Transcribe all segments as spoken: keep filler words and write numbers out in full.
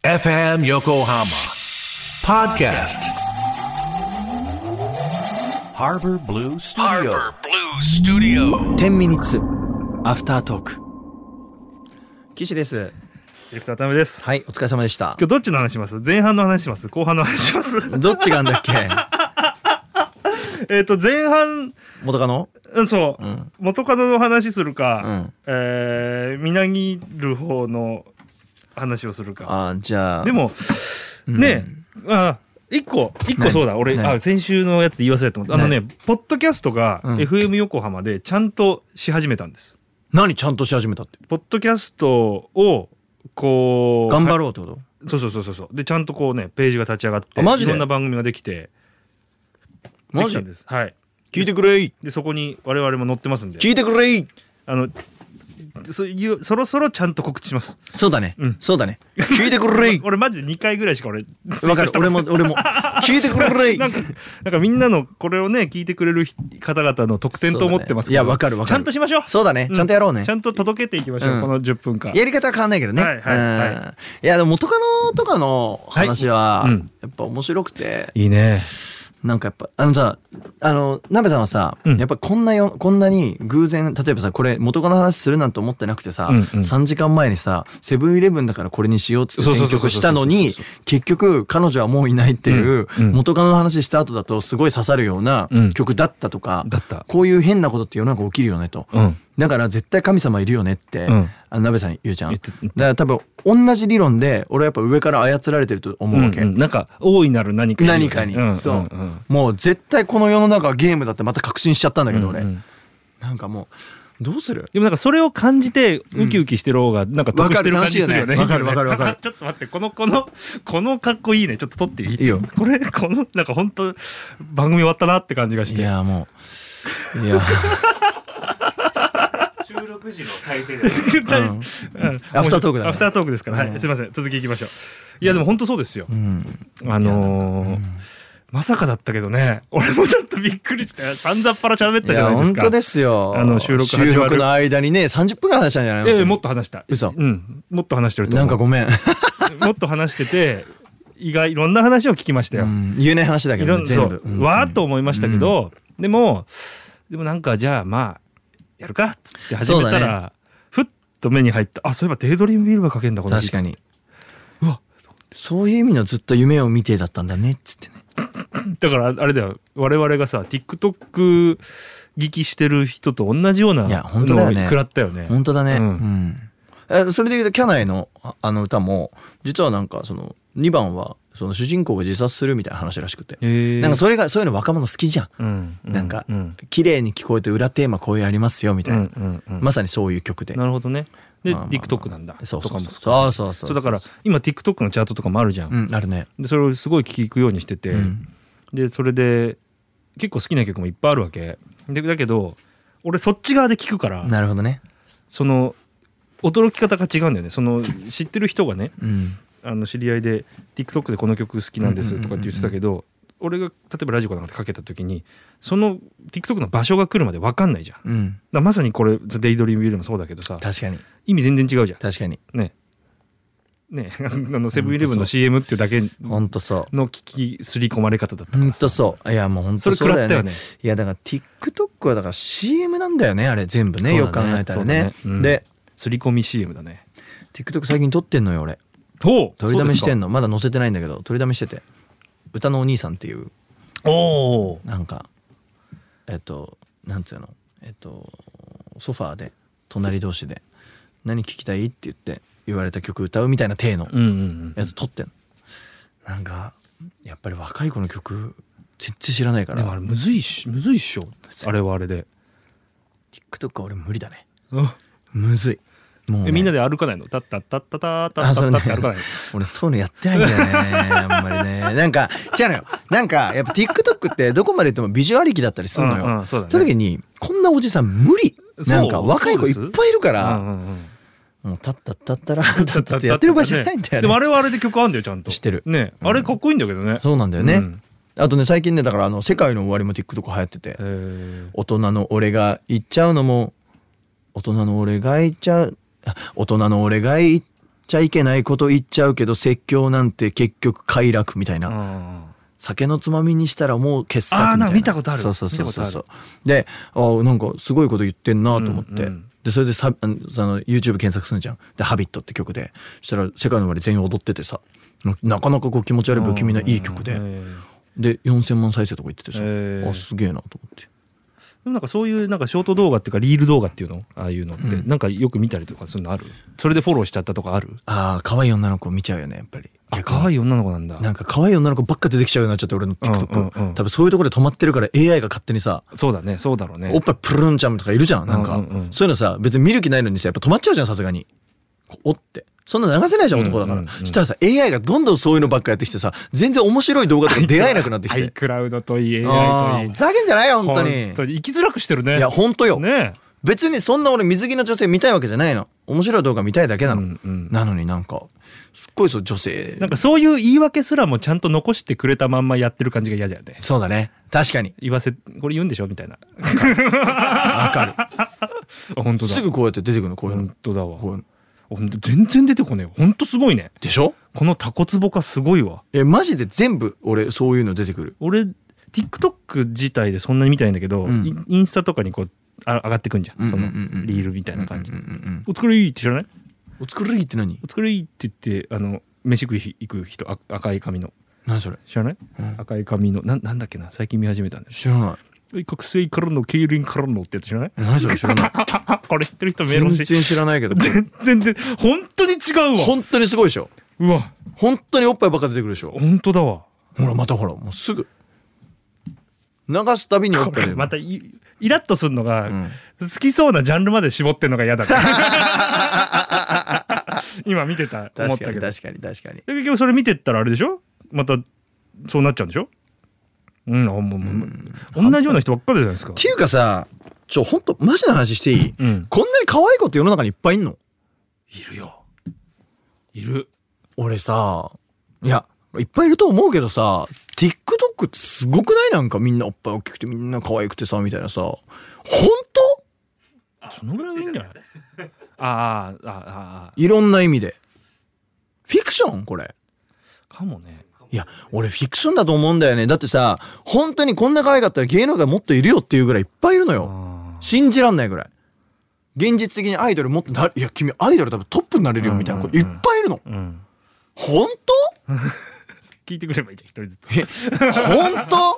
エフエム Yokohama Podcast Harbor Blue Studio Harbor Blue Studio じゅうミニッツアフタートーク。岸です。 ディレクターためです。 はい、お疲れ様でした。 今日どっちの話します？前半の話します？後半の話します？ どっちがあんだっけ？ えっと前半元カノ？ うんそう、 うん、 元カノの話するか、 うんえー、みなぎる方の話をするか。 あ、じゃあでも、うん、ねえ、あ一個一個そうだ、俺あ先週のやつ言い忘れたと思った。あのね、ポッドキャストが エフエム 横浜でちゃんとし始めたんです。 何ちゃんとし始めたって？ポッドキャストをこう頑張ろうってこと？ そうそうそうそう。でちゃんとこうねページが立ち上がって、 マジでいろんな番組ができて、 マジできたんです。はい。 聞いてくれい。 でそこに我々も載ってますんで。 聞いてくれい。 あのそいうそろそろちゃんと告知します。 そうだね。 うん、そうだね。 聞いてくれい。 俺マジでにかいぐらいしか俺わかる。俺も俺も聞いてくれい。 なんかなんかみんなのこれをね聞いてくれる方々の特典と思ってますけど、 いやわかるわかる。 ちゃんとしましょう。 そうだね。ちゃんとやろうね。 うん、ちゃんと届けていきましょう、うん、このじゅっぷんかん。 やり方は変わんないけどね。 はいはいはい。 いやでも元カノとかの話は、 はい、うん、 やっぱ面白くて。 いいね。 なんかやっぱあのさあのなべさんはさ、うん、やっぱこんなよこんなに偶然例えばさこれ元カノの話するなんて思ってなくてさ、うんうん、さんじかんまえにさセブンイレブンだからこれにしようっつって選曲したのに結局彼女はもういないっていう、うんうん、元カノの話した後だとすごい刺さるような曲だったとか、うん、だったこういう変なことって世の中起きるよねと、うん、だから絶対神様いるよねって、うん、あのなべさん言うじゃん。だから多分同じ理論で俺はやっぱ上から操られてると思うわけ、 うんうん、なんか大いなる何かに、ね、 何かに、うん、そう、うんうん、もう絶対この世の中はゲームだってまた確信しちゃったんだけど俺、うんうん、なんかもうどうする？ でもなんかそれを感じてウキウキしてる方がなんか得してる感じするよね。 わかるわかるわかる。 ちょっと待って、このこのこのかっこいいね、ちょっと撮っていい？いいよ。 これこのなんか本当番組終わったなって感じがして。 いやもういや収録時の体勢で、うん、アフタートークだ、ね、 アフタートークですから、はい、すいません、続きいきましょう。いやでも本当そうですよ、うん、あのーうん、まさかだったけどね、俺もちょっとびっくりしてさんざっぱら喋ったじゃないですか。 いや本当ですよ。 あの収録始まる収録の間にねさんじゅっぷんぐらい話したんじゃないの？ ええ、もっと話した。 嘘。 うん、もっと話してると思う。 なんかごめんもっと話してて意外いろんな話を聞きましたよ、うん、 言えない話だけど、ね、全部、 うん、わーっと思いましたけど、うん、でもでもなんかじゃあまあやるかっつって始めたら、ね、ふっと目に入った。あ、そういえばデイドリームビールがかけんだこの。 確かに。うわ、そういう意味のずっと夢を見てだったんだねっつってね。 だからあれだよ、我々がさ TikTok 聞きしてる人と同じようなのを食らったよね。 本当だね、うんうん、えそれでいうとキャナイのあの歌も実はなんかそのにばんはその主人公が自殺するみたいな話らしくて、なんかそれがそういうの若者好きじゃん、うんうん、なんか、うん、綺麗に聞こえて裏テーマこういうありますよみたいな、うんうんうん、まさにそういう曲で。 なるほどね。で TikTok なんだ。 そうそうそうそうそうそう。だから今 TikTok のチャートとかもあるじゃん、 うん、あるね。 でそれをすごい聞くようにしてて、うん、でそれで結構好きな曲もいっぱいあるわけで、だけど俺そっち側で聞くから。 なるほどね。 その驚き方が違うんだよね。その知ってる人がね、うん、あの知り合いで TikTok でこの曲好きなんですとかって言ってたけど、俺が例えばラジコなんかでかけた時にその TikTok の場所が来るまで分かんないじゃん、うん、だまさにこれデイドリームビルもそうだけどさ、 確かに意味全然違うじゃん。 確かにねねあのセブンイレブンの シーエム っていうだけ本当そうの聞きすり込まれ方だったから本当そう。いやもう本当そうだよね。 それ食らったよね。 いやだから TikTok はだから シーエム なんだよねあれ全部 ね, ねよく考えたら ね, ね、うん、ですり込み シーエム だね。 TikTok 最近撮ってんのよ俺。 ほう、 撮りだめしてんの。まだ載せてないんだけど撮りだめしてて、歌のお兄さんっていうおなんかえっとなんつうのえっとソファーで隣同士で何聴きたいって言って言われた曲歌うみたいな体のやつ撮ってんの、うんうんうん、なんかやっぱり若い子の曲全然知らないから。 でもあれむずいしむずいっしょあれはあれで。 TikTok は俺無理だね。むずいもう、ね、 えみんなで歩かないの？タッタッタッタタタッタッタって歩かないの？ 俺そういうのやってないんだよねあんまりね。なんか違うのよ。なんかやっぱ TikTok ってどこまで言ってもビジュアル力だったりするのよ、うんうん、そうだね。その時にこんなおじさん無理。なんか若い子いっぱいいるから、うんうんうん、もうタッタッタッタラタッタッタってやってる場合じゃないんだよね。 でもあれはあれで曲あんだよちゃんと。知ってるね、あれかっこいいんだけどね、うん、 そうなんだよね、うん、あとね最近ねだからあの世界の終わりも TikTok 流行ってて、大人の俺が言っちゃうのも大人の俺が言っちゃう大人の俺が言っちゃいけないこと言っちゃうけど説教なんて結局快楽みたいな。酒のつまみにしたらもう傑作みたいな。 あーなんか見たことある。 そうそうそうそうそう。で、あなんかすごいこと言ってんなと思って、うんうん、でそれでさあのその YouTube 検索するじゃん。でハビットって曲で、そしたら世界の終わり全員踊っててさ、なかなかこう気持ち悪い不気味ないい曲で、でよんせんまん再生とか言っててさ、あすげえなと思って。 でもなんかそういうなんかショート動画っていうかリール動画っていうのああいうのって、うん、なんかよく見たりとかするのある？それでフォローしちゃったとかある？ ああ可愛い女の子見ちゃうよねやっぱり。 あ可愛い女の子なんだ。 なんか可愛い女の子ばっか出てきちゃうようになっちゃって俺の TikTok、うんうんうん、多分そういうところで止まってるから エーアイ が勝手にさ、 そうだねそうだろうね、 おっぱいプルンちゃんとかいるじゃんなんか、うんうんうん、そういうのさ別に見る気ないのにさやっぱ止まっちゃうじゃんさすがに。おってそんな流せないじゃん男だから、うんうんうん、したらさ エーアイ がどんどんそういうのばっかやってきてさ全然面白い動画とか出会えなくなってきて iCloud といい エーアイ といいふざけんじゃないよ本当に。 本当に生きづらくしてるね。 いや本当よ、 ね、 別にそんな俺水着の女性見たいわけじゃないの。面白い動画見たいだけなの、うんうん、なのになんかすっごいそう女性なんかそういう言い訳すらもちゃんと残してくれたまんまやってる感じが嫌だよね。 そうだね確かに。 言わせこれ言うんでしょみたいな。 わかるあ本当だ。 すぐこうやって出てくるのこういうの。本当だわ。こう全然出てこねえよ。ほんとすごいね。 でしょ。このタコツボ化すごいわ。 えマジで全部俺そういうの出てくる。 俺 TikTok 自体でそんなに見たいんだけど、うん、インスタとかにこうあ上がってくんじゃん、うんうんうんうん、そのリールみたいな感じで、うんうんうん、お作りって知らない？ お作りって何？ お作りって言ってあの飯食い行く人赤い髪の。 何それ？ 知らない？うん、赤い髪のななんだっけな最近見始めたんだよ。 知らない。 覚醒からの競輪からのってやつ知らない？ 何それ知らないこれ知ってる人メール欲しい。 全然知らないけど全然で本当に違うわ。 本当にすごいでしょ。 うわ本当におっぱいばっか出てくるでしょ。 本当だわ。 ほらまたほらもうすぐ流すたびにおっぱいまた イ, イラッとするのが、うん、好きそうなジャンルまで絞ってんのが嫌だから今見てた思ったけど確かに確かに確かに。 結局それ見てったらあれでしょまたそうなっちゃうんでしょ。うん、もうもう同じような人ばっかりじゃないですか。 っていうかさちょほんとマジな話していい、うん、こんなに可愛い子って世の中にいっぱいいんの？ いるよいる。 俺さいやいっぱいいると思うけどさ TikTok ってすごくない？なんかみんなおっぱい大きくてみんな可愛くてさみたいなさ本当？そのぐらいはいいんじゃない？ああああいろんな意味でフィクションこれかもね。 いや俺フィクションだと思うんだよね。だってさ本当にこんな可愛かったら芸能界もっといるよっていうぐらいいっぱいいるのよ。信じらんないぐらい現実的にアイドルもっとな、いや君アイドル多分トップになれるよみたいな子いっぱいいるの、うんうん、本当？ 聞いてくればいいじゃん一人ずつ。 本当？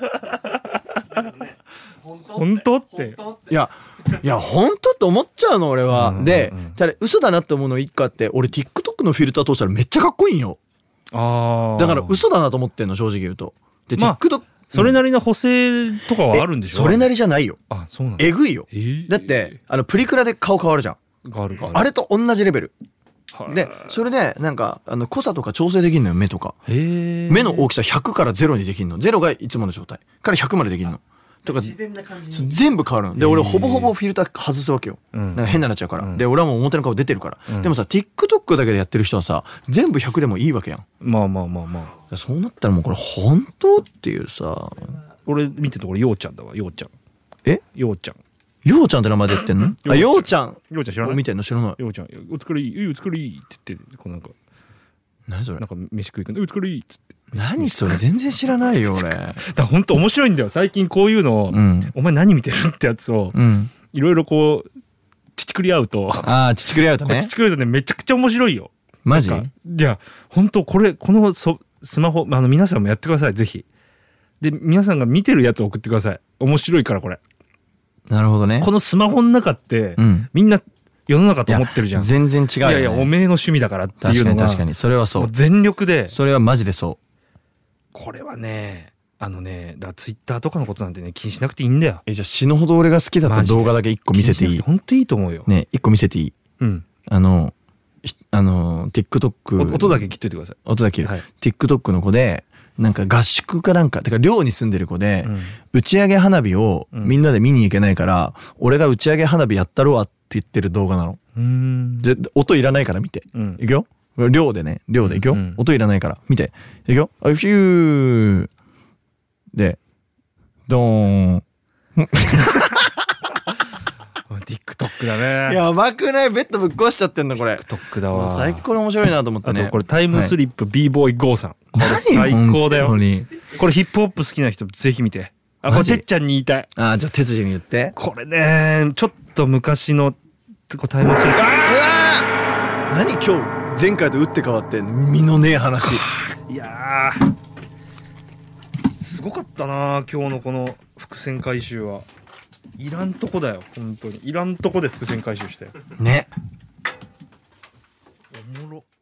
本当っていやいや本当って思っちゃうの俺は、うんうんうん、でただ嘘だなって思うの一個あって、俺 TikTok のフィルター通したらめっちゃかっこいいんよ。あだから嘘だなと思ってんの正直言うと。で、まあ、TikTok それなりの補正とかはあるんでしょ。 それなりじゃないよ。 あそうなんだ。 えぐいよ、えー、だってあのプリクラで顔変わるじゃん。 変わる変わる。 あれと同じレベルで、それでなんかあの濃さとか調整できるのよ。目とか目の大きさひゃくからゼロにできるの。ゼロがいつもの状態からひゃくまでできるのとか自然な感じ全部変わるので、俺ほぼほぼフィルター外すわけよ、うん、なんか変ななっちゃうから、うん、で俺はもう表の顔出てるから、うん、でもさ TikTok だけでやってる人はさ全部ひゃくでもいいわけやん。 まあまあまあまあそうなったらもうこれ本当っていうさ。 俺見てたこれようちゃんだわ。ようちゃんえようちゃんようちゃんって名前で言ってんの？あようちゃんようちゃん知らない？ 見てんの知らない。 ようちゃんお作りいいお作りいいって言ってこうなんか何それなんか飯食いくんでお作りいいっつって。 何それ全然知らないよ俺。だから本当面白いんだよ最近こういうのを、うん、お前何見てるってやつをいろいろこうちちくり合うと。 ああちちくり合うとね。 ちちくり合うとねめちゃくちゃ面白いよ。 マジ？ いや本当これこのそスマホあの皆さんもやってくださいぜひ。で皆さんが見てるやつを送ってください。面白いからこれ。 なるほどね。 このスマホの中って、うん、みんな世の中と思ってるじゃん。 全然違うよね。 いやいやおめえの趣味だからっていうのが確かに確かにそれはそう。 全力で。 それはマジでそう。 これはねあのねだからツイッターとかのことなんてね気にしなくていいんだよ。 えじゃあ死ぬほど俺が好きだった動画だけ一個見せていい？ 本当いいと思うよ。 ね一個見せていい？ うん。 あのあの TikTok 音だけ切っといてください。 音だけ切る、はい、TikTok の子でなんか合宿かなんかてか寮に住んでる子で、うん、打ち上げ花火をみんなで見に行けないから、うん、俺が打ち上げ花火やったろわって言ってる動画なの。うーんで音いらないから見て、うん、いくよ寮でね寮でいくよ、うん、音いらないから見ていくよあフューでドーン TikTok だね。 やばくない？ベッドぶっ壊しちゃってんのこれ。 TikTok だわ。 最高に面白いなと思ってね。 あとこれタイムスリップ b ボーイ ゴーさん、これ最高だよ。これヒップホップ好きな人ぜひ見て。あ、これてっちゃんに言いたい。 あ、じゃあ哲司に言って。 これね、ちょっと昔のタイムスリップ。 ああ、何今日前回と打って変わって身のねえ話。 いやーすごかったな今日のこの伏線回収は。いらんとこだよ本当に。いらんとこで伏線回収してね。おもろ。